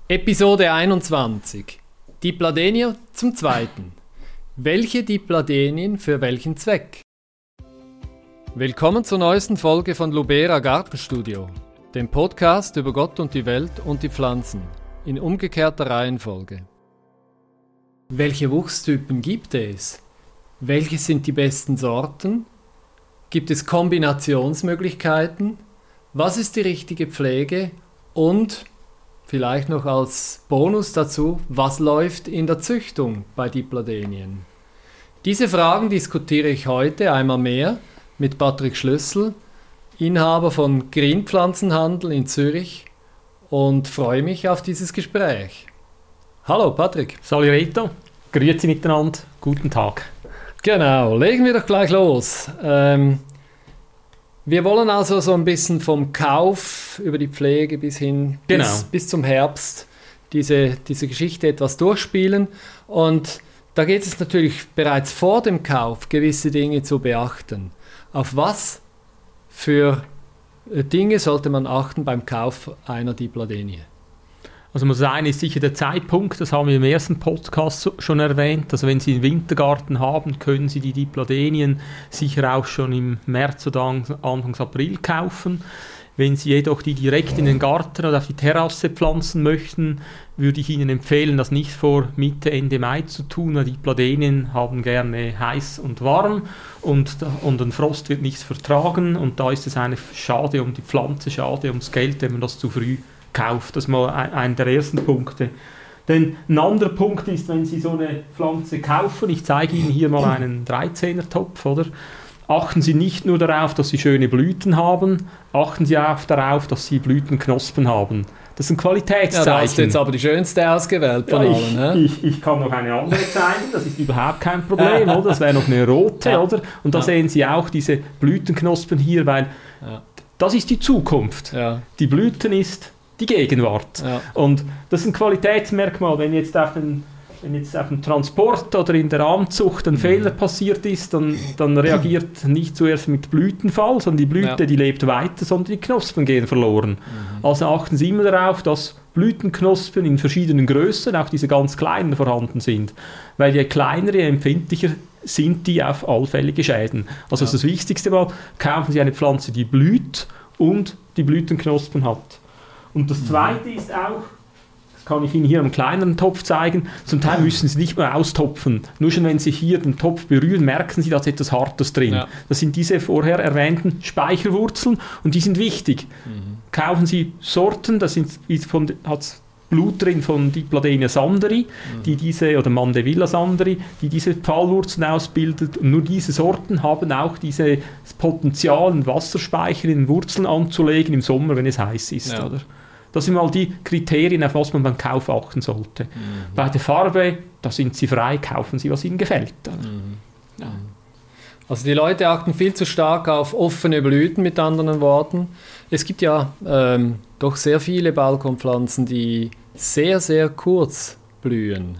Episode 21. Dipladenier zum Zweiten. Welche Dipladenien für welchen Zweck? Willkommen zur neuesten Folge von Lubera Gartenstudio, dem Podcast über Gott und die Welt und die Pflanzen, in umgekehrter Reihenfolge. Welche Wuchstypen gibt es? Welche sind die besten Sorten? Gibt es Kombinationsmöglichkeiten? Was ist die richtige Pflege? Und vielleicht noch als Bonus dazu, was läuft in der Züchtung bei Dipladenien? Diese Fragen diskutiere ich heute einmal mehr mit Patrick Schlüssel, Inhaber von Green Pflanzenhandel in Zürich, und freue mich auf dieses Gespräch. Hallo Patrick. Salut Reto, grüezi miteinander, guten Tag. Genau, legen wir doch gleich los. Wir wollen also so ein bisschen vom Kauf über die Pflege bis hin bis zum Herbst diese Geschichte etwas durchspielen. Und da geht es natürlich bereits vor dem Kauf, gewisse Dinge zu beachten. Auf was für Dinge sollte man achten beim Kauf einer Dipladenie? Also das eine ist sicher der Zeitpunkt, das haben wir im ersten Podcast schon erwähnt. Also wenn Sie einen Wintergarten haben, können Sie die Dipladenien sicher auch schon im März oder Anfang April kaufen. Wenn Sie jedoch die direkt in den Garten oder auf die Terrasse pflanzen möchten, würde ich Ihnen empfehlen, das nicht vor Mitte, Ende Mai zu tun, weil die Dipladenien haben gerne heiß und warm und ein Frost wird nichts vertragen, und da ist es eigentlich schade um die Pflanze, schade ums Geld, wenn man das zu früh kauft. Das ist mal einer der ersten Punkte. Denn ein anderer Punkt ist, wenn Sie so eine Pflanze kaufen, ich zeige Ihnen hier mal einen 13er-Topf, oder? Achten Sie nicht nur darauf, dass Sie schöne Blüten haben, achten Sie auch darauf, dass Sie Blütenknospen haben. Das ist ein Qualitätszeichen. Ja, da hast du jetzt aber die schönste ausgewählt von allen. Ich kann noch eine andere zeigen, das ist überhaupt kein Problem, oder? Das wäre noch eine rote, ja, oder? Und da sehen Sie auch diese Blütenknospen hier, weil das ist die Zukunft. Ja. Die Blüten ist die Gegenwart. Ja. Und das ist ein Qualitätsmerkmal, wenn jetzt auf dem Transport oder in der Anzucht ein Fehler passiert ist, dann reagiert nicht zuerst mit Blütenfall, sondern die Blüte, die lebt weiter, sondern die Knospen gehen verloren. Also achten Sie immer darauf, dass Blütenknospen in verschiedenen Größen, auch diese ganz kleinen, vorhanden sind. Weil je kleiner, je empfindlicher sind die auf allfällige Schäden. Also das Wichtigste mal, kaufen Sie eine Pflanze, die blüht und die Blütenknospen hat. Und das Zweite ist auch, das kann ich Ihnen hier im kleineren Topf zeigen, zum Teil müssen Sie nicht mehr austopfen. Nur schon wenn Sie hier den Topf berühren, merken Sie, da ist etwas Hartes drin. Ja. Das sind diese vorher erwähnten Speicherwurzeln und die sind wichtig. Kaufen Sie Sorten, das hat Blut drin von Dipladenia sanderi, oder Mandevilla sanderi, die diese Pfahlwurzeln ausbildet. Und nur diese Sorten haben auch dieses Potenzial, einen Wasserspeicher in den Wurzeln anzulegen im Sommer, wenn es heiß ist. Ja. Oder? Das sind mal die Kriterien, auf was man beim Kauf achten sollte. Bei der Farbe, da sind Sie frei, kaufen Sie, was Ihnen gefällt. Ja. Also die Leute achten viel zu stark auf offene Blüten, mit anderen Worten. Es gibt ja doch sehr viele Balkonpflanzen, die sehr, sehr kurz blühen.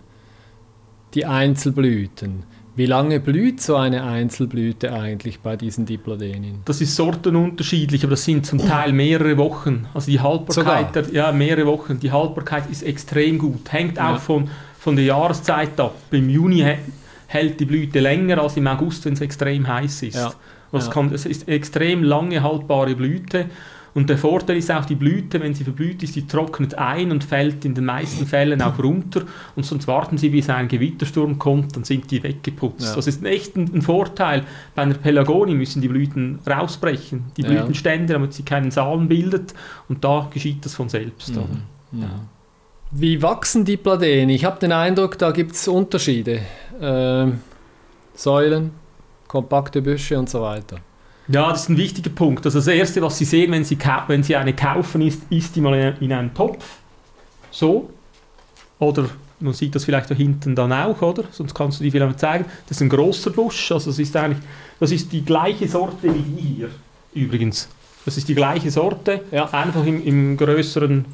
Die Einzelblüten. Wie lange blüht so eine Einzelblüte eigentlich bei diesen Dipladenien? Das ist sortenunterschiedlich, aber das sind zum Teil mehrere Wochen. Also die Haltbarkeit, mehrere Wochen. Die Haltbarkeit ist extrem gut. Hängt auch von der Jahreszeit ab. Im Juni hält die Blüte länger als im August, wenn es extrem heiß ist. Ja. Es ist extrem lange haltbare Blüte. Und der Vorteil ist auch, die Blüte, wenn sie verblüht ist, die trocknet ein und fällt in den meisten Fällen auch runter. Und sonst warten sie, bis ein Gewittersturm kommt, dann sind die weggeputzt. Ja. Das ist echt ein Vorteil. Bei einer Pelargonie müssen die Blüten rausbrechen, die Blütenstände, damit sie keinen Samen bildet. Und da geschieht das von selbst. Ja. Wie wachsen Dipladeni? Ich habe den Eindruck, da gibt es Unterschiede. Säulen, kompakte Büsche und so weiter. Ja, das ist ein wichtiger Punkt. Also das Erste, was Sie sehen, wenn Sie eine kaufen, ist die mal in einem Topf. So. Oder man sieht das vielleicht da hinten dann auch, oder? Sonst kannst du die vielleicht mal zeigen. Das ist ein grosser Busch. Also das ist die gleiche Sorte wie die hier, übrigens. Das ist die gleiche Sorte, einfach im größeren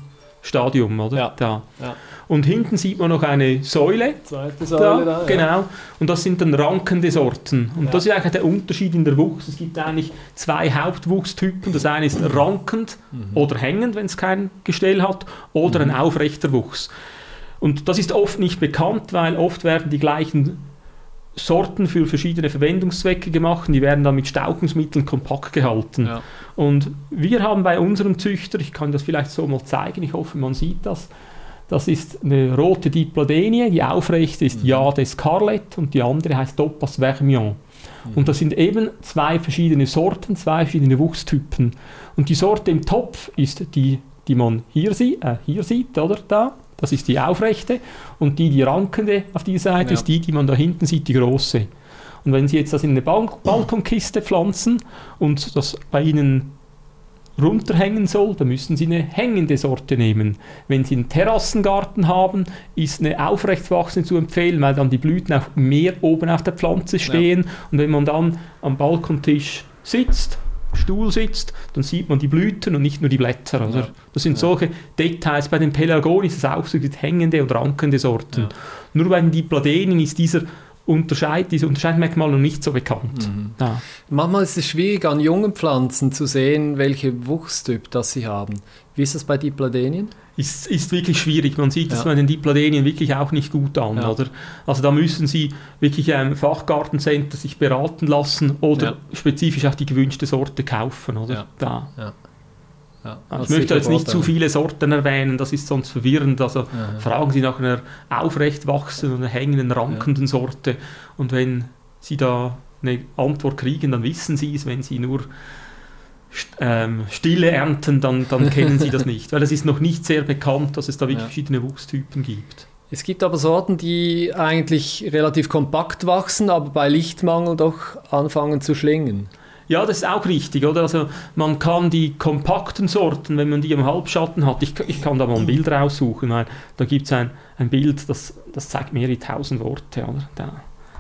Stadium, oder? Ja. Da. Ja. Und hinten sieht man noch eine Säule. Zweite Säule da. Genau. Ja. Und das sind dann rankende Sorten. Und Ja. das ist eigentlich der Unterschied in der Wuchs. Es gibt eigentlich 2 Hauptwuchstypen. Das eine ist rankend oder hängend, wenn es kein Gestell hat, oder ein aufrechter Wuchs. Und das ist oft nicht bekannt, weil oft werden die gleichen Sorten für verschiedene Verwendungszwecke gemacht und die werden dann mit Stauchungsmitteln kompakt gehalten. Ja. Und wir haben bei unserem Züchter, ich kann das vielleicht so mal zeigen, ich hoffe man sieht das, das ist eine rote Dipladenie, die aufrechte ist Jade Scarlett und die andere heißt Topaz Vermillon. Und das sind eben 2 verschiedene Sorten, 2 verschiedene Wuchstypen. Und die Sorte im Topf ist die man hier sieht, oder da. Das ist die aufrechte und die rankende auf dieser Seite ist die man da hinten sieht, die große. Und wenn Sie jetzt das in eine Balkonkiste pflanzen und das bei Ihnen runterhängen soll, dann müssen Sie eine hängende Sorte nehmen. Wenn Sie einen Terrassengarten haben, ist eine aufrecht wachsende zu empfehlen, weil dann die Blüten auch mehr oben auf der Pflanze stehen. Und wenn man dann am Balkontisch Stuhl sitzt, dann sieht man die Blüten und nicht nur die Blätter. Also das sind solche Details. Bei den Pelargonien ist es auch so, gibt hängende und rankende Sorten. Ja. Nur bei den Dipladenen ist diese Unterscheidungsmerkmal noch nicht so bekannt. Ja. Manchmal ist es schwierig, an jungen Pflanzen zu sehen, welche Wuchstyp das sie haben. Wie ist das bei Dipladenien? Ist wirklich schwierig. Man sieht das bei den Dipladenien wirklich auch nicht gut an. Ja. Oder? Also da müssen Sie wirklich im Fachgartencenter sich beraten lassen oder spezifisch auch die gewünschte Sorte kaufen. Oder? Ja. Da. Ja. Ja. Ich möchte jetzt nicht zu viele Sorten erwähnen, das ist sonst verwirrend. Also fragen Sie nach einer aufrecht wachsenden oder hängenden, rankenden Sorte. Und wenn Sie da eine Antwort kriegen, dann wissen Sie es. Wenn Sie nur Stille ernten, dann kennen Sie das nicht. Weil es ist noch nicht sehr bekannt, dass es da wirklich verschiedene Wuchstypen gibt. Es gibt aber Sorten, die eigentlich relativ kompakt wachsen, aber bei Lichtmangel doch anfangen zu schlingen. Ja, das ist auch richtig, oder? Also man kann die kompakten Sorten, wenn man die im Halbschatten hat, ich kann da mal ein Bild raussuchen, weil da gibt es ein Bild, das zeigt mehrere 1000 Worte, oder? Da.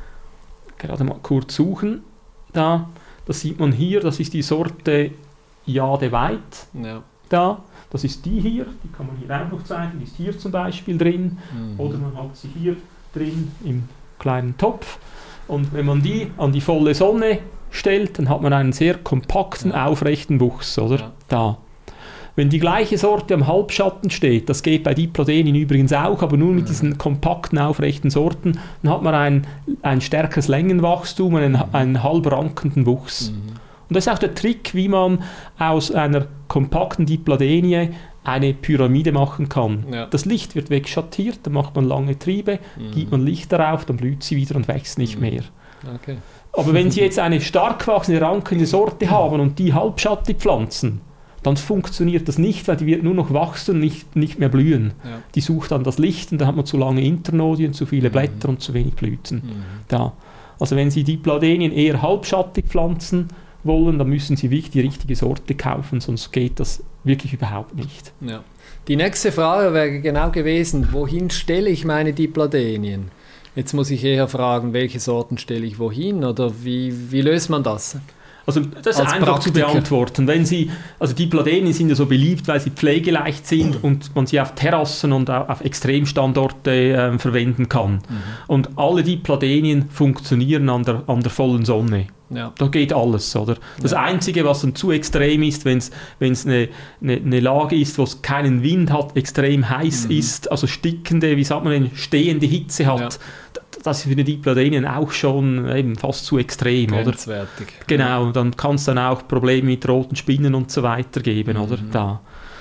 Gerade mal kurz suchen. Da, das sieht man hier, das ist die Sorte Jade White. Ja. Da, das ist die hier, die kann man hier auch noch zeigen, die ist hier zum Beispiel drin. Oder man hat sie hier drin im kleinen Topf. Und wenn man die an die volle Sonne stellt, dann hat man einen sehr kompakten, aufrechten Wuchs, oder? Ja. Da. Wenn die gleiche Sorte am Halbschatten steht, das geht bei Dipladenen übrigens auch, aber nur mit diesen kompakten, aufrechten Sorten, dann hat man ein stärkeres Längenwachstum, einen halbrankenden Wuchs. Und das ist auch der Trick, wie man aus einer kompakten Dipladenie eine Pyramide machen kann. Ja. Das Licht wird wegschattiert, dann macht man lange Triebe, gibt man Licht darauf, dann blüht sie wieder und wächst nicht mehr. Okay. Aber wenn Sie jetzt eine stark wachsende, rankende Sorte haben und die halbschattig pflanzen, dann funktioniert das nicht, weil die wird nur noch wachsen und nicht mehr blühen. Ja. Die sucht dann das Licht und dann hat man zu lange Internodien, zu viele Blätter und zu wenig Blüten. Da. Also wenn Sie Dipladenien eher halbschattig pflanzen wollen, dann müssen Sie wirklich die richtige Sorte kaufen, sonst geht das wirklich überhaupt nicht. Ja. Die nächste Frage wäre genau gewesen, wohin stelle ich meine Dipladenien? Jetzt muss ich eher fragen, welche Sorten stelle ich wohin oder wie löst man das? Also das ist einfach zu beantworten. Wenn Sie, also Dipladenien sind ja so beliebt, weil sie pflegeleicht sind und man sie auf Terrassen und auf Extremstandorte verwenden kann. Und alle Dipladenien funktionieren an der vollen Sonne. Ja. Da geht alles, oder? Das Einzige, was dann zu extrem ist, wenn es eine Lage ist, wo es keinen Wind hat, extrem heiß ist, also stickende, wie sagt man denn, stehende Hitze hat, das ist für die Dipladenien auch schon eben fast zu extrem, grenzwertig. Oder? Genau, dann kann es dann auch Probleme mit roten Spinnen und so weiter geben, oder? Da.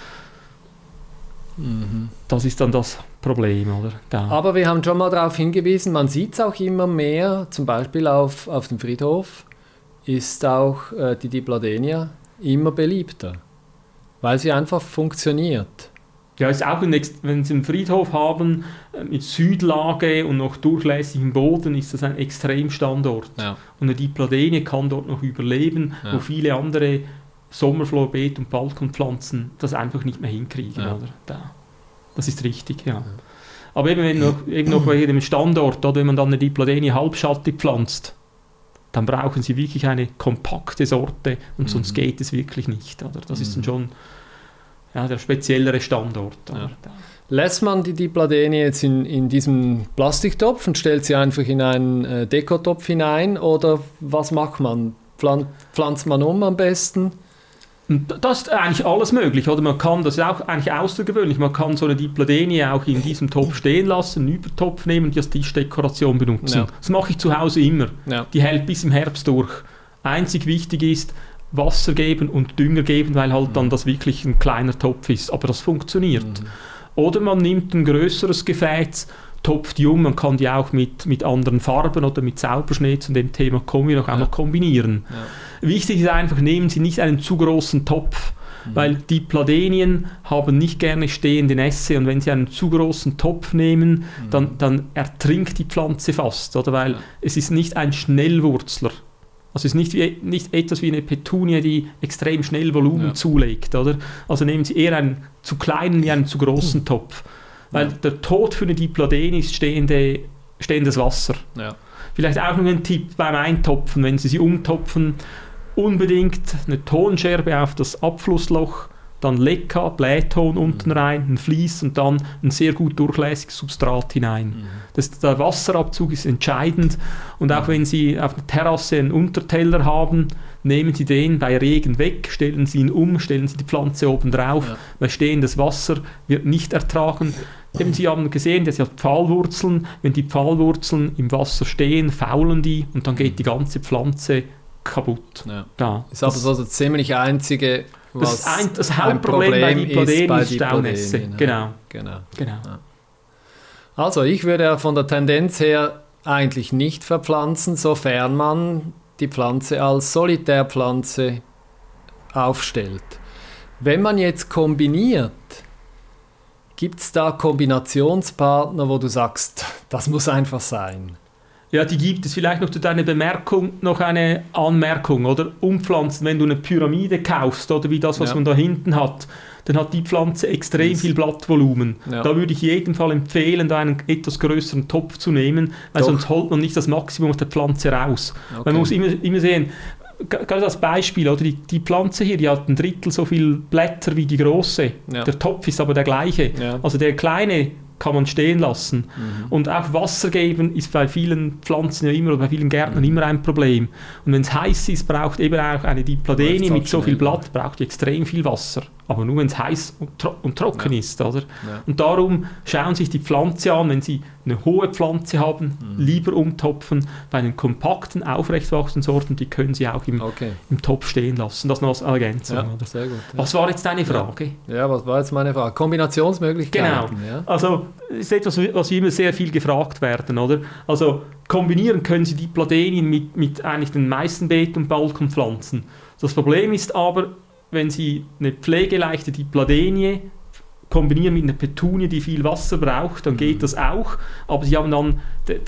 Das ist dann das Problem, oder? Da. Aber wir haben schon mal darauf hingewiesen, man sieht es auch immer mehr, zum Beispiel auf dem Friedhof ist auch die Dipladenia immer beliebter, weil sie einfach funktioniert. Ja, ist auch wenn Sie einen Friedhof haben mit Südlage und noch durchlässigem Boden, ist das ein Extremstandort. Ja. Und eine Dipladenie kann dort noch überleben, wo viele andere Sommerflorbeet- und Balkonpflanzen das einfach nicht mehr hinkriegen. Ja. Oder? Das ist richtig, ja. Aber eben noch bei jedem Standort, oder wenn man dann eine Dipladenie halbschattig pflanzt, dann brauchen Sie wirklich eine kompakte Sorte und sonst geht es wirklich nicht. Oder? Das ist dann schon der speziellere Standort. Ja. Lässt man die Dipladenie jetzt in diesem Plastiktopf und stellt sie einfach in einen Dekotopf hinein oder was macht man? Pflanzt man am besten? Das ist eigentlich alles möglich, oder? Man kann, das ist auch eigentlich außergewöhnlich, man kann so eine Dipladenie auch in diesem Topf stehen lassen, einen Übertopf nehmen und die als Tischdekoration benutzen. Ja. Das mache ich zu Hause immer. Ja. Die hält bis im Herbst durch. Einzig wichtig ist, Wasser geben und Dünger geben, weil halt dann das wirklich ein kleiner Topf ist. Aber das funktioniert. Oder man nimmt ein größeres Gefäß, topft die man kann die auch mit anderen Farben oder mit Zauberschnee, zu dem Thema kommen wir noch einmal kombinieren. Ja. Wichtig ist einfach, nehmen Sie nicht einen zu großen Topf, weil Dipladenien haben nicht gerne stehende Nässe und wenn Sie einen zu großen Topf nehmen, dann ertrinkt die Pflanze fast, oder? Weil es ist nicht ein Schnellwurzler. Also es ist nicht etwas wie eine Petunie, die extrem schnell Volumen zulegt, oder? Also nehmen Sie eher einen zu kleinen wie einen zu großen Topf. Weil der Tod für eine Dipladenie ist stehendes Wasser. Ja. Vielleicht auch noch ein Tipp beim Eintopfen, wenn Sie sie umtopfen, unbedingt eine Tonscherbe auf das Abflussloch, dann Leca, Blähton unten rein, ein Vlies und dann ein sehr gut durchlässiges Substrat hinein. Der Wasserabzug ist entscheidend und auch wenn Sie auf der Terrasse einen Unterteller haben, nehmen Sie den bei Regen weg, stellen Sie ihn um, stellen Sie die Pflanze oben drauf, weil stehendes Wasser wird nicht ertragen. Sie haben gesehen, dass ja Pfahlwurzeln, wenn die Pfahlwurzeln im Wasser stehen, faulen die und dann geht die ganze Pflanze kaputt. Ja. Da. Ist aber so das ziemlich einzige, was das Hauptproblem bei Dipladenie ist Staunässe. Ne? Genau. Ja. Also ich würde ja von der Tendenz her eigentlich nicht verpflanzen, sofern man die Pflanze als Solitärpflanze aufstellt. Wenn man jetzt kombiniert, gibt es da Kombinationspartner, wo du sagst, das muss einfach sein? Ja, die gibt es. Vielleicht noch zu deiner Bemerkung noch eine Anmerkung, oder? Umpflanzen, wenn du eine Pyramide kaufst, oder wie das, was man da hinten hat, dann hat die Pflanze extrem viel Blattvolumen. Ja. Da würde ich jedem Fall empfehlen, da einen etwas größeren Topf zu nehmen, weil sonst holt man nicht das Maximum aus der Pflanze raus. Okay. Man muss immer sehen, gerade als Beispiel, oder die Pflanze hier, die hat 1/3 so viele Blätter wie die große. Ja. Der Topf ist aber der gleiche. Ja. Also der kleine kann man stehen lassen. Und auch Wasser geben ist bei vielen Pflanzen ja immer oder bei vielen Gärtnern immer ein Problem. Und wenn es heiß ist, braucht eben auch eine Dipladenie mit so viel Blatt, braucht extrem viel Wasser. Aber nur wenn es heiß und trocken ist. Oder? Ja. Und darum schauen sich die Pflanze an, wenn Sie eine hohe Pflanze haben, lieber umtopfen. Bei den kompakten, aufrecht wachsenden Sorten, die können Sie auch im Topf stehen lassen. Das noch als Ergänzung. Ja, oder? Sehr gut. Ja. Was war jetzt deine Frage? Ja, was war jetzt meine Frage? Kombinationsmöglichkeiten. Genau. Ja. Also das ist etwas, was wir immer sehr viel gefragt werden. Oder? Also kombinieren können Sie Dipladenie mit eigentlich den meisten Beet- und Balkonpflanzen. Das Problem ist aber, wenn Sie eine pflegeleichte Dipladenie kombinieren mit einer Petunie, die viel Wasser braucht, dann geht das auch, aber Sie haben dann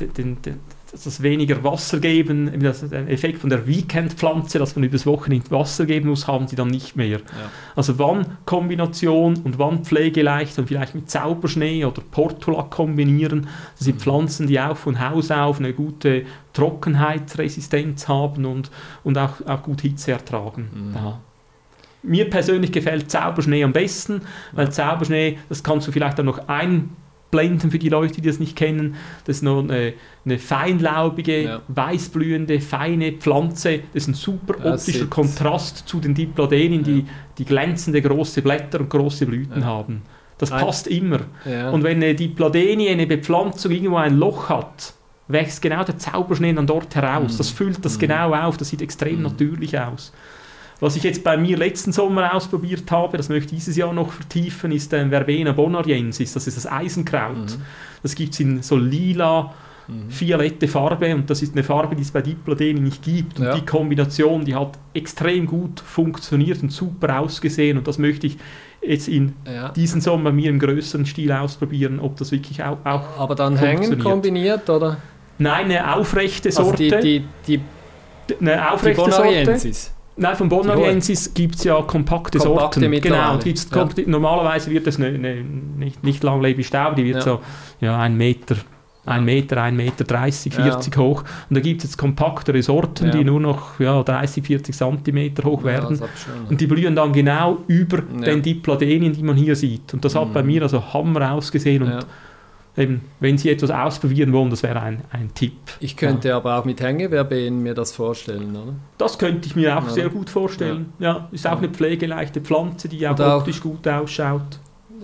das weniger Wasser geben, den Effekt von der Weekend-Pflanze, dass man übers Wochenende Wasser geben muss, haben Sie dann nicht mehr. Ja. Also wann Kombination und wann pflegeleicht und vielleicht mit Zauberschnee oder Portulak kombinieren, das sind Pflanzen, die auch von Haus auf eine gute Trockenheitsresistenz haben und auch gut Hitze ertragen. Ja. Mir persönlich gefällt Zauberschnee am besten, weil Zauberschnee, das kannst du vielleicht dann noch einblenden für die Leute, die das nicht kennen. Das ist noch eine feinlaubige, weißblühende, feine Pflanze. Das ist ein super optischer Kontrast zu den Dipladenien, die glänzende große Blätter und große Blüten haben. Das passt immer. Ja. Und wenn eine Dipladenie, eine Bepflanzung irgendwo ein Loch hat, wächst genau der Zauberschnee dann dort heraus. Das füllt das genau auf, das sieht extrem natürlich aus. Was ich jetzt bei mir letzten Sommer ausprobiert habe, das möchte ich dieses Jahr noch vertiefen, ist Verbena bonariensis, das ist das Eisenkraut. Das gibt es in so lila, violette Farbe und das ist eine Farbe, die es bei Dipladenie nicht gibt. Und die Kombination, die hat extrem gut funktioniert und super ausgesehen und das möchte ich jetzt in diesen Sommer bei mir im größeren Stil ausprobieren, ob das wirklich auch aber dann hängen kombiniert, oder? Nein, eine aufrechte Sorte. Also eine aufrechte Sorte. Nein, von bonariensis gibt es ja kompakte Sorten. Genau, normalerweise wird das nicht langlebig Staub, die wird so 1 Meter 1 Meter, 1,30 Meter, 40 hoch. Und da gibt es jetzt kompaktere Sorten, die nur noch 30, 40 Zentimeter hoch werden. Und die blühen dann genau über den Dipladänien, die man hier sieht. Und das hat bei mir also Hammer ausgesehen. Und eben, wenn Sie etwas ausprobieren wollen, das wäre ein Tipp. Ich könnte aber auch mit Hängeverbenen mir das vorstellen, oder? Das könnte ich mir auch sehr gut vorstellen. Ja, ist auch eine pflegeleichte Pflanze, die auch optisch gut ausschaut.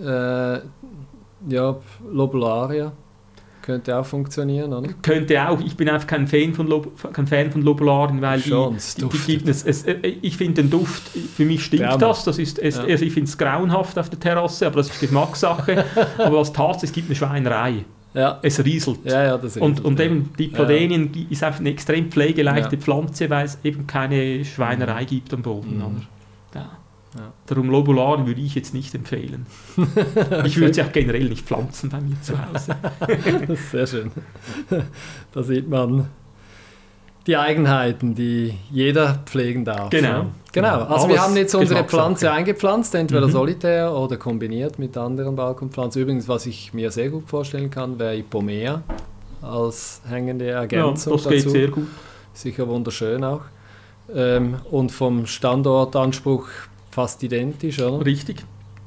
Lobularia. Könnte auch funktionieren, oder? Könnte auch. Ich bin einfach kein Fan von Lobularien, weil ich finde den Duft, für mich stinkt das ist, also ich finde es grauenhaft auf der Terrasse, aber das ist Geschmackssache. Aber was tatsächlich, es gibt eine Schweinerei. Ja. Es rieselt. Das rieselt. Und eben Dipladänien ist einfach eine extrem pflegeleichte Pflanze, weil es eben keine Schweinerei gibt am Boden. Ja. Darum Lobularien würde ich jetzt nicht empfehlen. Ich würde sie auch generell nicht pflanzen bei mir zu Hause. Das ist sehr schön. Da sieht man die Eigenheiten, die jeder pflegen darf. Genau. Also wir haben jetzt unsere Pflanze eingepflanzt, entweder solitär oder kombiniert mit anderen Balkonpflanzen. Übrigens, was ich mir sehr gut vorstellen kann, wäre Ipomea als hängende Ergänzung dazu. Das geht sehr gut. Sicher wunderschön auch. Und vom Standortanspruch fast identisch, oder? Richtig.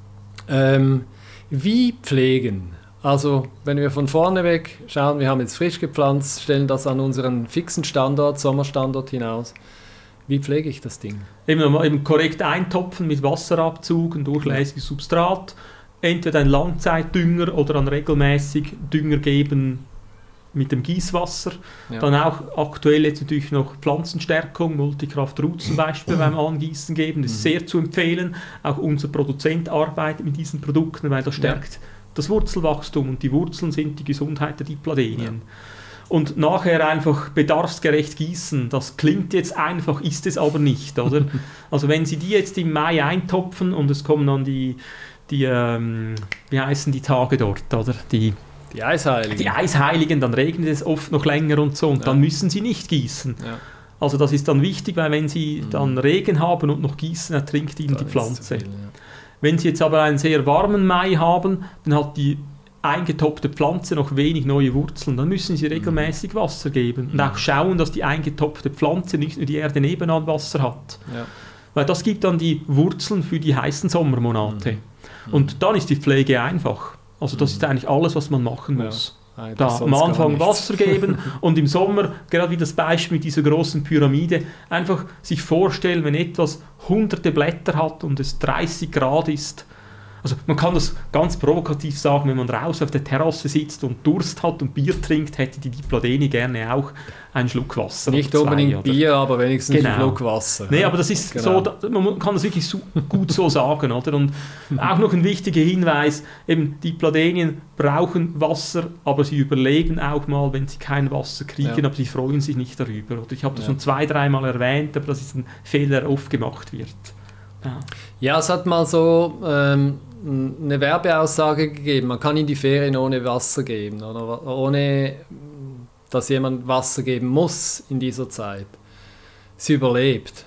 Wie pflegen? Also, wenn wir von vorne weg schauen, wir haben jetzt frisch gepflanzt, stellen das an unseren fixen Standort, Sommerstandort hinaus. Wie pflege ich das Ding? Eben korrekt eintopfen mit Wasserabzug, ein durchlässiges Substrat, entweder ein Langzeitdünger oder dann regelmäßig Dünger geben mit dem Gießwasser. Dann auch aktuell jetzt natürlich noch Pflanzenstärkung, Multikraft Root zum Beispiel beim Angießen geben. Das ist sehr zu empfehlen. Auch unser Produzent arbeitet mit diesen Produkten, weil das stärkt das Wurzelwachstum und die Wurzeln sind die Gesundheit der Dipladänien. Und nachher einfach bedarfsgerecht gießen, das klingt jetzt einfach, ist es aber nicht, oder? Also wenn Sie die jetzt im Mai eintopfen und es kommen dann die wie heißen die Tage dort, oder? Die Eisheiligen, dann regnet es oft noch länger und so und dann müssen Sie nicht gießen. Ja. Also das ist dann wichtig, weil wenn Sie dann Regen haben und noch gießen, ertrinkt Ihnen die Pflanze. Viel, Wenn Sie jetzt aber einen sehr warmen Mai haben, dann hat die eingetopfte Pflanze noch wenig neue Wurzeln, dann müssen Sie regelmäßig Wasser geben und auch schauen, dass die eingetopfte Pflanze nicht nur die Erde nebenan Wasser hat. Ja. Weil das gibt dann die Wurzeln für die heißen Sommermonate. Und dann ist die Pflege einfach. Also das ist eigentlich alles, was man machen muss. Da am Anfang Wasser geben und im Sommer, gerade wie das Beispiel mit dieser großen Pyramide, einfach sich vorstellen, wenn etwas hunderte Blätter hat und es 30 Grad ist. Also man kann das ganz provokativ sagen, wenn man draußen auf der Terrasse sitzt und Durst hat und Bier trinkt, hätte die Dipladänie gerne auch einen Schluck Wasser. Nicht unbedingt oder Bier, aber wenigstens einen Schluck Wasser. Nee, aber das ist so, man kann das wirklich gut so sagen. Oder? Und auch noch ein wichtiger Hinweis, eben Dipladänien brauchen Wasser, aber sie überleben auch mal, wenn sie kein Wasser kriegen, aber sie freuen sich nicht darüber. Oder ich habe das schon 2-3 Mal erwähnt, aber das ist ein Fehler, der oft gemacht wird. Ja, es hat mal so eine Werbeaussage gegeben, man kann in die Ferien ohne Wasser geben, oder ohne dass jemand Wasser geben muss in dieser Zeit. Sie überlebt,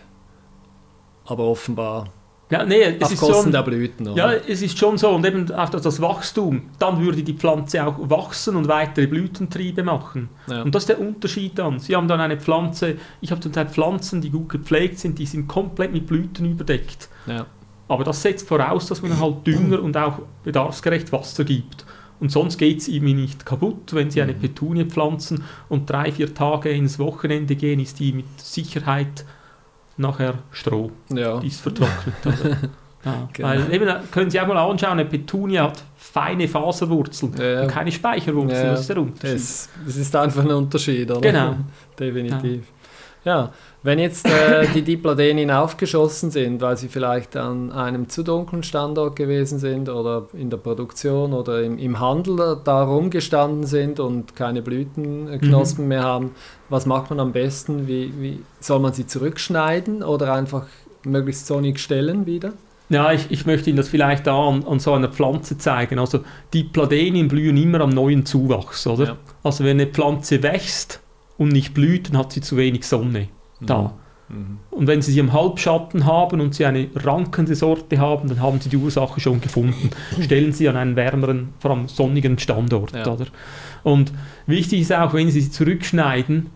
aber offenbar es ist Kosten der Blüten. Oder? Ja, es ist schon so, und eben auch das Wachstum, dann würde die Pflanze auch wachsen und weitere Blütentriebe machen. Ja. Und das ist der Unterschied dann. Sie haben dann eine Pflanze, ich habe zum Teil Pflanzen, die gut gepflegt sind, die sind komplett mit Blüten überdeckt. Ja. Aber das setzt voraus, dass man halt Dünger und auch bedarfsgerecht Wasser gibt. Und sonst geht es ihm nicht kaputt. Wenn Sie eine Petunie pflanzen und 3-4 Tage ins Wochenende gehen, ist die mit Sicherheit nachher Stroh. Ja. Die ist vertrocknet. Ja. Genau. Weil eben, können Sie auch mal anschauen, eine Petunie hat feine Faserwurzeln und keine Speicherwurzeln. Ja. Das ist der Unterschied. Es ist einfach ein Unterschied, oder? Genau. Definitiv. Ja, wenn jetzt die Dipladänien aufgeschossen sind, weil sie vielleicht an einem zu dunklen Standort gewesen sind oder in der Produktion oder im Handel da rumgestanden sind und keine Blütenknospen mehr haben, was macht man am besten? Wie soll man sie zurückschneiden oder einfach möglichst sonnig stellen wieder? Ja, ich möchte Ihnen das vielleicht da an so einer Pflanze zeigen. Also Dipladänien blühen immer am neuen Zuwachs, oder? Ja. Also wenn eine Pflanze wächst und nicht blüht, dann hat sie zu wenig Sonne da. Und wenn Sie sie im Halbschatten haben und Sie eine rankende Sorte haben, dann haben Sie die Ursache schon gefunden. Stellen Sie an einen wärmeren, vor allem sonnigen Standort. Ja. Oder? Und wichtig ist auch, wenn Sie sie zurückschneiden,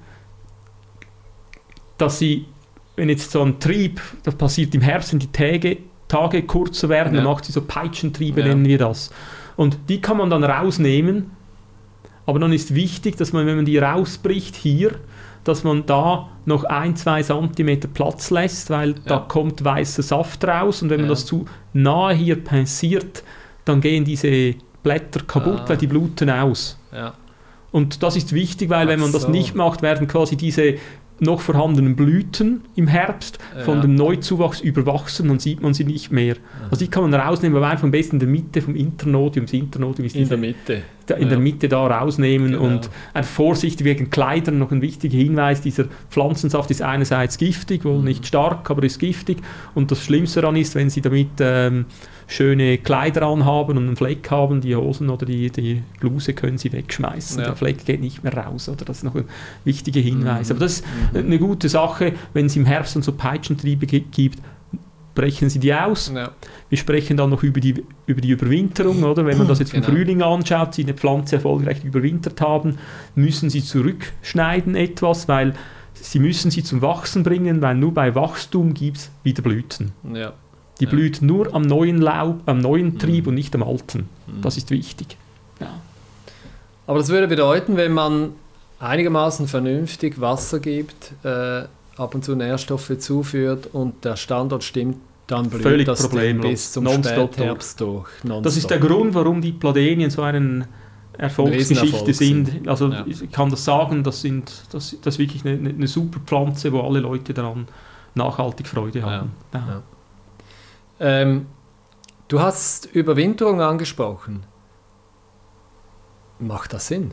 dass Sie, wenn jetzt so ein Trieb, das passiert im Herbst, wenn die Tage kurzer werden, dann macht Sie so Peitschentriebe, nennen wir das. Und die kann man dann rausnehmen, aber dann ist wichtig, dass man, wenn man die rausbricht hier, dass man da noch 1-2 cm Platz lässt, weil da kommt weißer Saft raus und wenn man das zu nahe hier pinziert, dann gehen diese Blätter kaputt, weil die bluten aus. Ja. Und das ist wichtig, weil wenn man das nicht macht, werden quasi diese noch vorhandenen Blüten im Herbst von dem Neuzuwachs überwachsen, dann sieht man sie nicht mehr. Also die kann man rausnehmen, aber einfach am besten in der Mitte vom Internodium. Das Internodium ist in der Mitte. In der Mitte da rausnehmen und vorsichtig wegen Kleidern noch ein wichtiger Hinweis, dieser Pflanzensaft ist einerseits giftig, wohl nicht stark, aber ist giftig und das Schlimmste daran ist, wenn Sie damit schöne Kleider anhaben und einen Fleck haben, die Hosen oder die Bluse können Sie wegschmeißen. Der Fleck geht nicht mehr raus. Oder? Das ist noch ein wichtiger Hinweis. Aber das ist eine gute Sache, wenn es im Herbst dann so Peitschentriebe gibt, brechen Sie die aus. Ja. Wir sprechen dann noch über die Überwinterung. Oder? Wenn man das jetzt vom Frühling anschaut, Sie eine Pflanze erfolgreich überwintert haben, müssen Sie zurückschneiden etwas, weil Sie müssen sie zum Wachsen bringen, weil nur bei Wachstum gibt es wieder Blüten. Ja. Die blüht nur am neuen Laub, am neuen Trieb und nicht am alten. Das ist wichtig. Ja. Aber das würde bedeuten, wenn man einigermaßen vernünftig Wasser gibt, ab und zu Nährstoffe zuführt und der Standort stimmt, dann blüht völlig das problemlos. Bis zum Spätherbst durch. Das ist der Grund, warum die Pladenien so eine Erfolgsgeschichte sind. Also ich kann das sagen, das ist wirklich eine super Pflanze, wo alle Leute daran nachhaltig Freude haben. Ja. Du hast Überwinterung angesprochen. Macht das Sinn?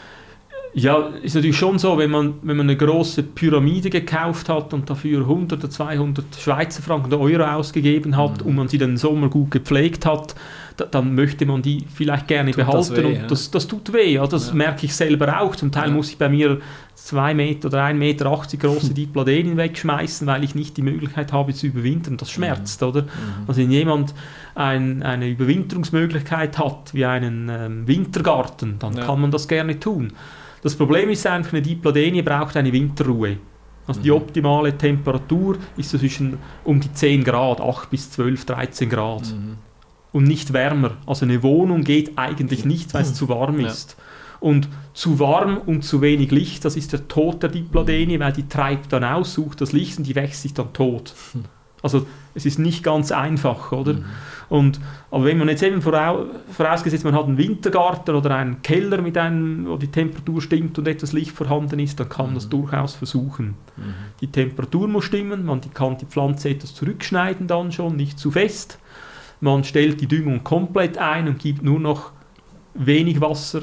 Ja, ist natürlich schon so, wenn man eine große Pyramide gekauft hat und dafür 100 oder 200 Schweizer Franken oder Euro ausgegeben hat und man sie den Sommer gut gepflegt hat, dann möchte man die vielleicht gerne behalten. Das tut weh. Ja, das merke ich selber auch. Zum Teil muss ich bei mir 2 Meter oder 1,80 Meter große Dipladenien wegschmeißen, weil ich nicht die Möglichkeit habe zu überwintern. Das schmerzt, oder? Also wenn jemand eine Überwinterungsmöglichkeit hat, wie einen Wintergarten, dann kann man das gerne tun. Das Problem ist einfach, eine Dipladenie braucht eine Winterruhe. Also die optimale Temperatur ist so zwischen um die 10 Grad, 8 bis 12, 13 Grad. Und nicht wärmer. Also eine Wohnung geht eigentlich nicht, weil es zu warm ist. Und zu warm und zu wenig Licht, das ist der Tod der Dipladenie, weil die treibt dann aus, sucht das Licht und die wächst sich dann tot. Also es ist nicht ganz einfach, oder? Aber wenn man jetzt eben vorausgesetzt, man hat einen Wintergarten oder einen Keller, wo die Temperatur stimmt und etwas Licht vorhanden ist, dann kann man das durchaus versuchen. Die Temperatur muss stimmen, man kann die Pflanze etwas zurückschneiden dann schon, nicht zu fest. Man stellt die Düngung komplett ein und gibt nur noch wenig Wasser,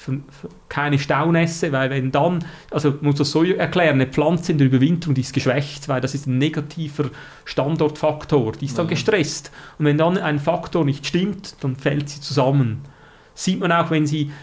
keine Staunässe, weil wenn dann, also man muss das so erklären, eine Pflanze in der Überwinterung, die ist geschwächt, weil das ist ein negativer Standortfaktor, die ist dann gestresst. Und wenn dann ein Faktor nicht stimmt, dann fällt sie zusammen. Sieht man auch, wenn sie,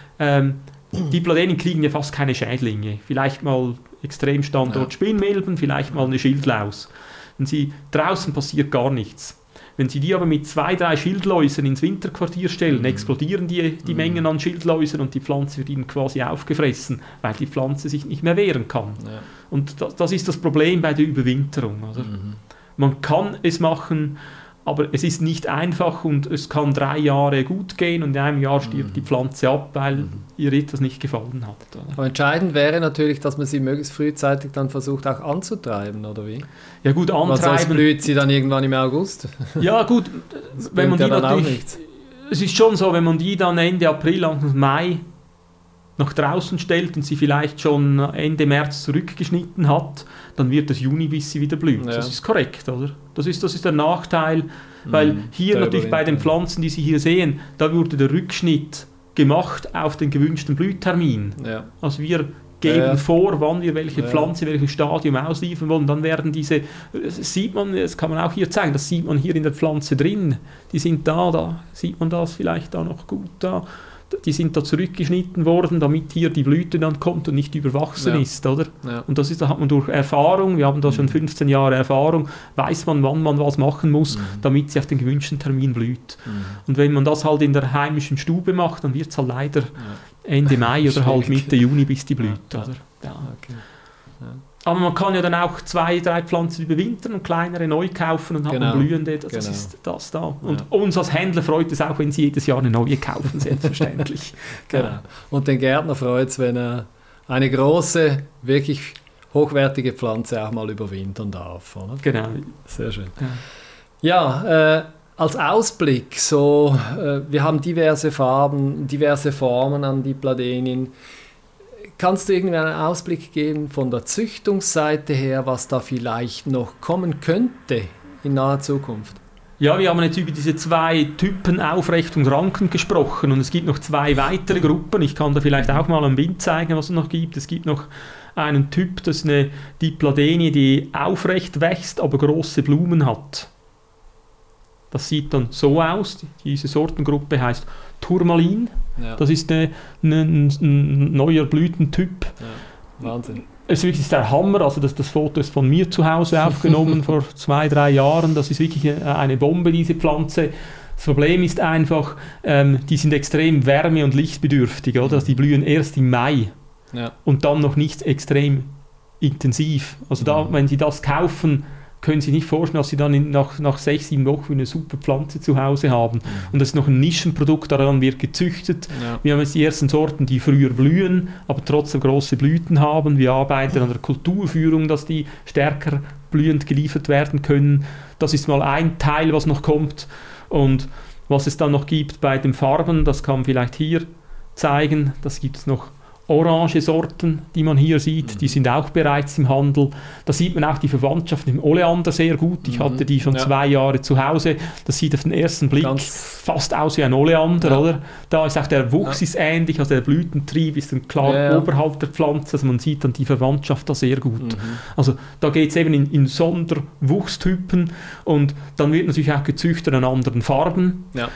die Pladenien kriegen ja fast keine Schädlinge, vielleicht mal Extremstandort Spinnmilben, vielleicht mal eine Schildlaus. Wenn sie draußen passiert gar nichts. Wenn Sie die aber mit 2-3 Schildläusen ins Winterquartier stellen, explodieren die Mengen an Schildläusen und die Pflanze wird ihnen quasi aufgefressen, weil die Pflanze sich nicht mehr wehren kann. Ja. Und das ist das Problem bei der Überwinterung. Oder? Man kann es machen, aber es ist nicht einfach und es kann 3 Jahre gut gehen und in einem Jahr stirbt die Pflanze ab, weil ihr etwas nicht gefallen hat. Oder? Aber entscheidend wäre natürlich, dass man sie möglichst frühzeitig dann versucht auch anzutreiben, oder wie? Ja gut, antreiben. Weil sonst blüht sie dann irgendwann im August. Ja gut, wenn man die natürlich, es ist schon so, wenn man die dann Ende April, Anfang Mai nach draußen stellt und sie vielleicht schon Ende März zurückgeschnitten hat, dann wird es Juni, bis sie wieder blüht. Ja. Das ist korrekt, oder? Das ist der Nachteil, weil hier natürlich bei den Pflanzen, die Sie hier sehen, da wurde der Rückschnitt gemacht auf den gewünschten Blühtermin. Ja. Also wir geben vor, wann wir welche Pflanze, welches Stadium ausliefern wollen. Dann werden diese, sieht man, das kann man auch hier zeigen, das sieht man hier in der Pflanze drin. Die sind da sieht man das vielleicht da noch gut da. die sind da zurückgeschnitten worden, damit hier die Blüte dann kommt und nicht überwachsen ist, oder? Ja. Und da hat man durch Erfahrung, wir haben da schon 15 Jahre Erfahrung, weiß man, wann man was machen muss, damit sie auf den gewünschten Termin blüht. Und wenn man das halt in der heimischen Stube macht, dann wird es halt leider Ende Mai oder halt Mitte Juni, bis die blüht, oder? Ja. Okay. Ja. Aber man kann ja dann auch 2, 3 Pflanzen überwintern und kleinere neu kaufen und hat man blühende. Das ist das da. Und uns als Händler freut es auch, wenn sie jedes Jahr eine neue kaufen, selbstverständlich. Genau. Und den Gärtner freut es, wenn er eine große, wirklich hochwertige Pflanze auch mal überwintern darf. Oder? Genau. Sehr schön. Ja, als Ausblick, wir haben diverse Farben, diverse Formen an Dipladenien. Kannst du irgendwie einen Ausblick geben von der Züchtungsseite her, was da vielleicht noch kommen könnte in naher Zukunft? Ja, wir haben jetzt über diese 2 Typen Aufrecht und Rankend gesprochen und es gibt noch 2 weitere Gruppen. Ich kann da vielleicht auch mal ein Bild zeigen, was es noch gibt. Es gibt noch einen Typ, das ist eine Dipladenie, die aufrecht wächst, aber große Blumen hat. Das sieht dann so aus. Diese Sortengruppe heißt Turmalin. Ja. Das ist ein neuer Blütentyp. Ja, Wahnsinn. Es ist wirklich der Hammer. Also das Foto ist von mir zu Hause aufgenommen vor 2, 3 Jahren. Das ist wirklich eine Bombe, diese Pflanze. Das Problem ist einfach, die sind extrem wärme- und lichtbedürftig. Oder? Also die blühen erst im Mai und dann noch nicht extrem intensiv. Also wenn Sie das kaufen, können Sie nicht vorstellen, dass Sie dann nach 6, 7 Wochen eine super Pflanze zu Hause haben. Und das ist noch ein Nischenprodukt, daran wird gezüchtet. Ja. Wir haben jetzt die ersten Sorten, die früher blühen, aber trotzdem große Blüten haben. Wir arbeiten an der Kulturführung, dass die stärker blühend geliefert werden können. Das ist mal ein Teil, was noch kommt. Und was es dann noch gibt bei den Farben, das kann man vielleicht hier zeigen. Das gibt es noch orange Sorten, die man hier sieht, die sind auch bereits im Handel. Da sieht man auch die Verwandtschaft mit dem Oleander sehr gut. Ich hatte die schon 2 Jahre zu Hause. Das sieht auf den ersten Blick fast aus wie ein Oleander, oder? Da ist auch der Wuchs ist ähnlich, also der Blütentrieb ist dann klar oberhalb der Pflanze. Also man sieht dann die Verwandtschaft da sehr gut. Also da geht es eben in Sonderwuchstypen und dann wird natürlich auch gezüchtet an anderen Farben. Ja.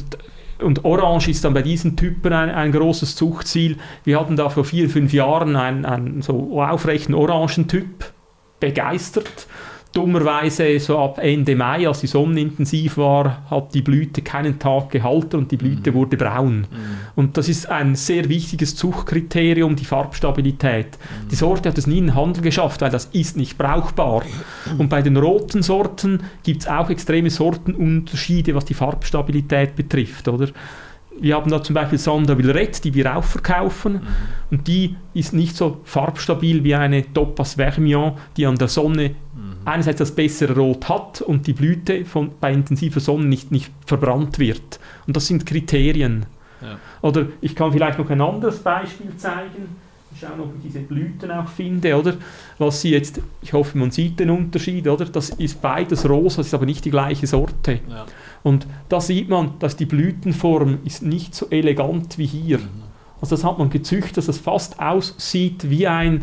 Und Orange ist dann bei diesen Typen ein großes Zuchtziel. Wir hatten da vor 4, 5 Jahren einen so aufrechten Orangentyp, begeistert. Dummerweise so ab Ende Mai, als die Sonne intensiv war, hat die Blüte keinen Tag gehalten und die Blüte wurde braun. Und das ist ein sehr wichtiges Zuchtkriterium, die Farbstabilität. Die Sorte hat es nie in den Handel geschafft, weil das ist nicht brauchbar. Und bei den roten Sorten gibt es auch extreme Sortenunterschiede, was die Farbstabilität betrifft, oder? Wir haben da zum Beispiel Sanda Villerette, die wir auch verkaufen. Und die ist nicht so farbstabil wie eine Topaz Vermillon, die an der Sonne einerseits das bessere Rot hat und die Blüte bei intensiver Sonne nicht verbrannt wird. Und das sind Kriterien. Ja. Oder ich kann vielleicht noch ein anderes Beispiel zeigen. Ich schaue noch, ob ich diese Blüten auch finde, oder? Was Sie jetzt, ich hoffe, man sieht den Unterschied, oder? Das ist beides rosa, das ist aber nicht die gleiche Sorte. Ja. Und da sieht man, dass die Blütenform ist nicht so elegant wie hier. Also das hat man gezüchtet, dass es fast aussieht wie ein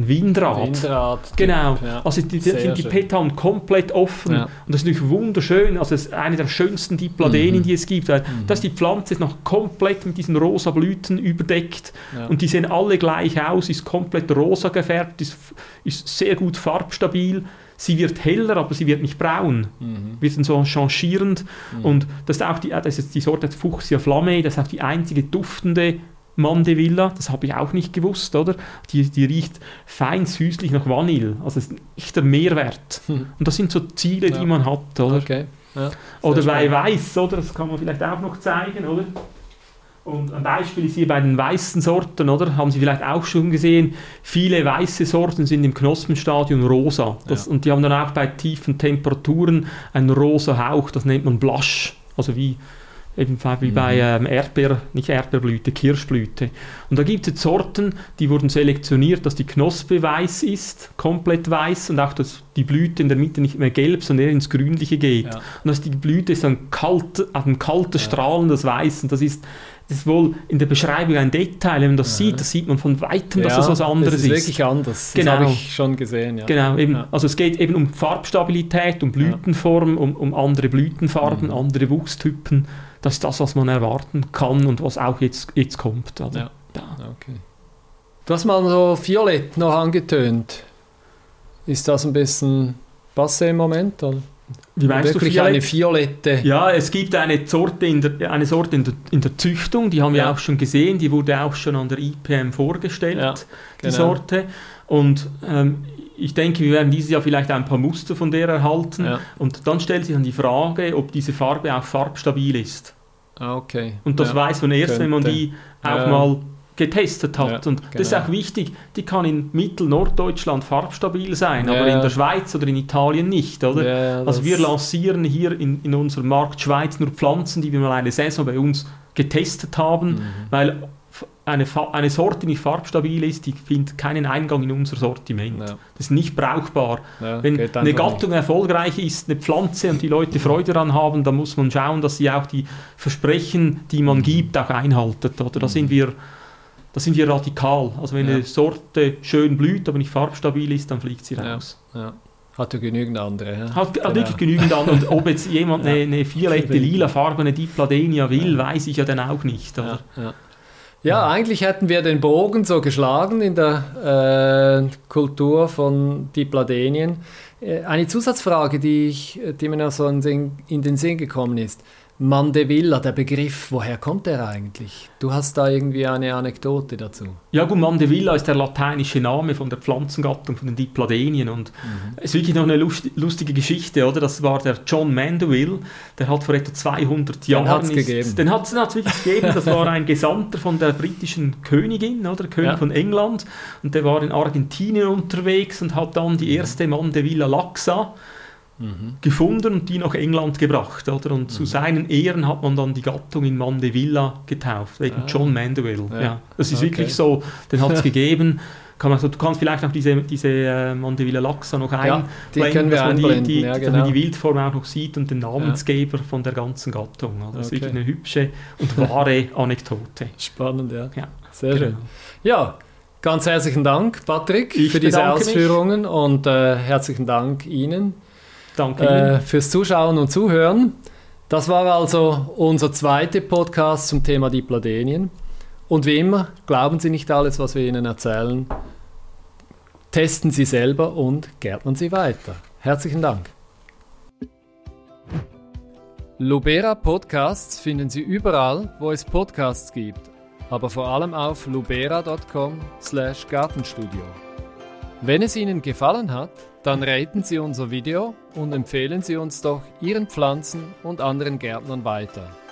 Windrad. Genau. Ja. Also sind die Petalen komplett offen. Ja. Und das ist natürlich wunderschön. Also es ist eine der schönsten Dipladenen, die es gibt. Weil dass die Pflanze ist noch komplett mit diesen rosa Blüten überdeckt. Ja. Und die sehen alle gleich aus, ist komplett rosa gefärbt, ist sehr gut farbstabil. Sie wird heller, aber sie wird nicht braun. Wird dann so changierend. Und das ist die Sorte Fuchsia Flamme, das ist auch die einzige duftende Mandevilla, das habe ich auch nicht gewusst, oder? Die riecht fein süßlich nach Vanille, also es ist ein echter Mehrwert. Und das sind so Ziele, die man hat, oder? Okay. Ja, oder bei Weiß, oder? Das kann man vielleicht auch noch zeigen, oder? Und ein Beispiel ist hier bei den weißen Sorten, oder? Haben Sie vielleicht auch schon gesehen, viele weiße Sorten sind im Knospenstadium rosa. Und die haben dann auch bei tiefen Temperaturen einen rosa Hauch, das nennt man Blush, also wie bei nicht Erdbeerblüte, Kirschblüte. Und da gibt es Sorten, die wurden selektioniert, dass die Knospe weiß ist, komplett weiß und auch dass die Blüte in der Mitte nicht mehr gelb, sondern eher ins Grünliche geht. Ja. Und dass die Blüte ist ein kaltes, strahlendes Weiß. Und das ist wohl in der Beschreibung ein Detail. Wenn man das sieht man von Weitem, dass es was anderes ist. Das ist wirklich anders. Das habe ich schon gesehen. Ja. Genau, eben. Ja. Also es geht eben um Farbstabilität, um Blütenform, um andere Blütenfarben, andere Wuchstypen. das ist das, was man erwarten kann und was auch jetzt kommt. Also, ja. Okay. Du hast mal so Violett noch angetönt. Ist das ein bisschen passé im Moment? Oder? Wie meinst wirklich du eine violette? Ja, es gibt eine Sorte in der Züchtung, die haben wir auch schon gesehen, die wurde auch schon an der IPM vorgestellt, die Sorte. Und ich denke, wir werden dieses Jahr vielleicht ein paar Muster von der erhalten. Ja. Und dann stellt sich dann die Frage, ob diese Farbe auch farbstabil ist. Okay. Und das weiß man erst, wenn man die auch mal getestet hat. Und das ist auch wichtig, die kann in Mittel-Norddeutschland farbstabil sein, aber in der Schweiz oder in Italien nicht, oder? Ja, also wir lancieren hier in unserem Markt Schweiz nur Pflanzen, die wir mal eine Saison bei uns getestet haben, weil eine Sorte, die nicht farbstabil ist, die findet keinen Eingang in unser Sortiment. Ja. Das ist nicht brauchbar. Ja, wenn eine Gattung erfolgreich ist, eine Pflanze und die Leute Freude daran haben, dann muss man schauen, dass sie auch die Versprechen, die man gibt, auch einhaltet. Oder? Da sind wir radikal. Also wenn eine Sorte schön blüht, aber nicht farbstabil ist, dann fliegt sie raus. Ja. Hat ja genügend andere. Ja? Hat wirklich genügend andere. Und ob jetzt jemand eine violette, lilafarbene Dipladenia will, weiß ich ja dann auch nicht. Oder? Ja, eigentlich hätten wir den Bogen so geschlagen in der Kultur von Dipladenien. Eine Zusatzfrage, die mir noch so in den Sinn gekommen ist. Mandevilla, der Begriff, woher kommt der eigentlich? Du hast da irgendwie eine Anekdote dazu. Ja gut, Mandevilla ist der lateinische Name von der Pflanzengattung, von den Dipladenien. Und es ist wirklich noch eine lustige Geschichte, oder? Das war der John Mandeville, der hat vor etwa 200 Jahren... Den hat es gegeben. Den hat es wirklich gegeben, das war ein Gesandter von der britischen Königin, oder? König von England. Und der war in Argentinien unterwegs und hat dann die erste Mandevilla laxa gefunden und die nach England gebracht. Oder? Und zu seinen Ehren hat man dann die Gattung in Mandevilla getauft, wegen John Mandeville. Ja. Das ist wirklich so, den hat es gegeben. Du kannst vielleicht auch diese Mandevilla laxa noch die können wir einblenden. Dass man die Wildform auch noch sieht und den Namensgeber von der ganzen Gattung. Also das ist wirklich eine hübsche und wahre Anekdote. Spannend, ja. Sehr schön. Ja, ganz herzlichen Dank, Patrick, für diese Ausführungen und herzlichen Dank Ihnen. Danke Ihnen. Fürs Zuschauen und Zuhören. Das war also unser zweiter Podcast zum Thema Dipladenien. Und wie immer, glauben Sie nicht alles, was wir Ihnen erzählen. Testen Sie selber und gärtnern Sie weiter. Herzlichen Dank. Lubera Podcasts finden Sie überall, wo es Podcasts gibt, aber vor allem auf lubera.com/Gartenstudio. Wenn es Ihnen gefallen hat, dann raten Sie unser Video und empfehlen Sie uns doch Ihren Pflanzen und anderen Gärtnern weiter.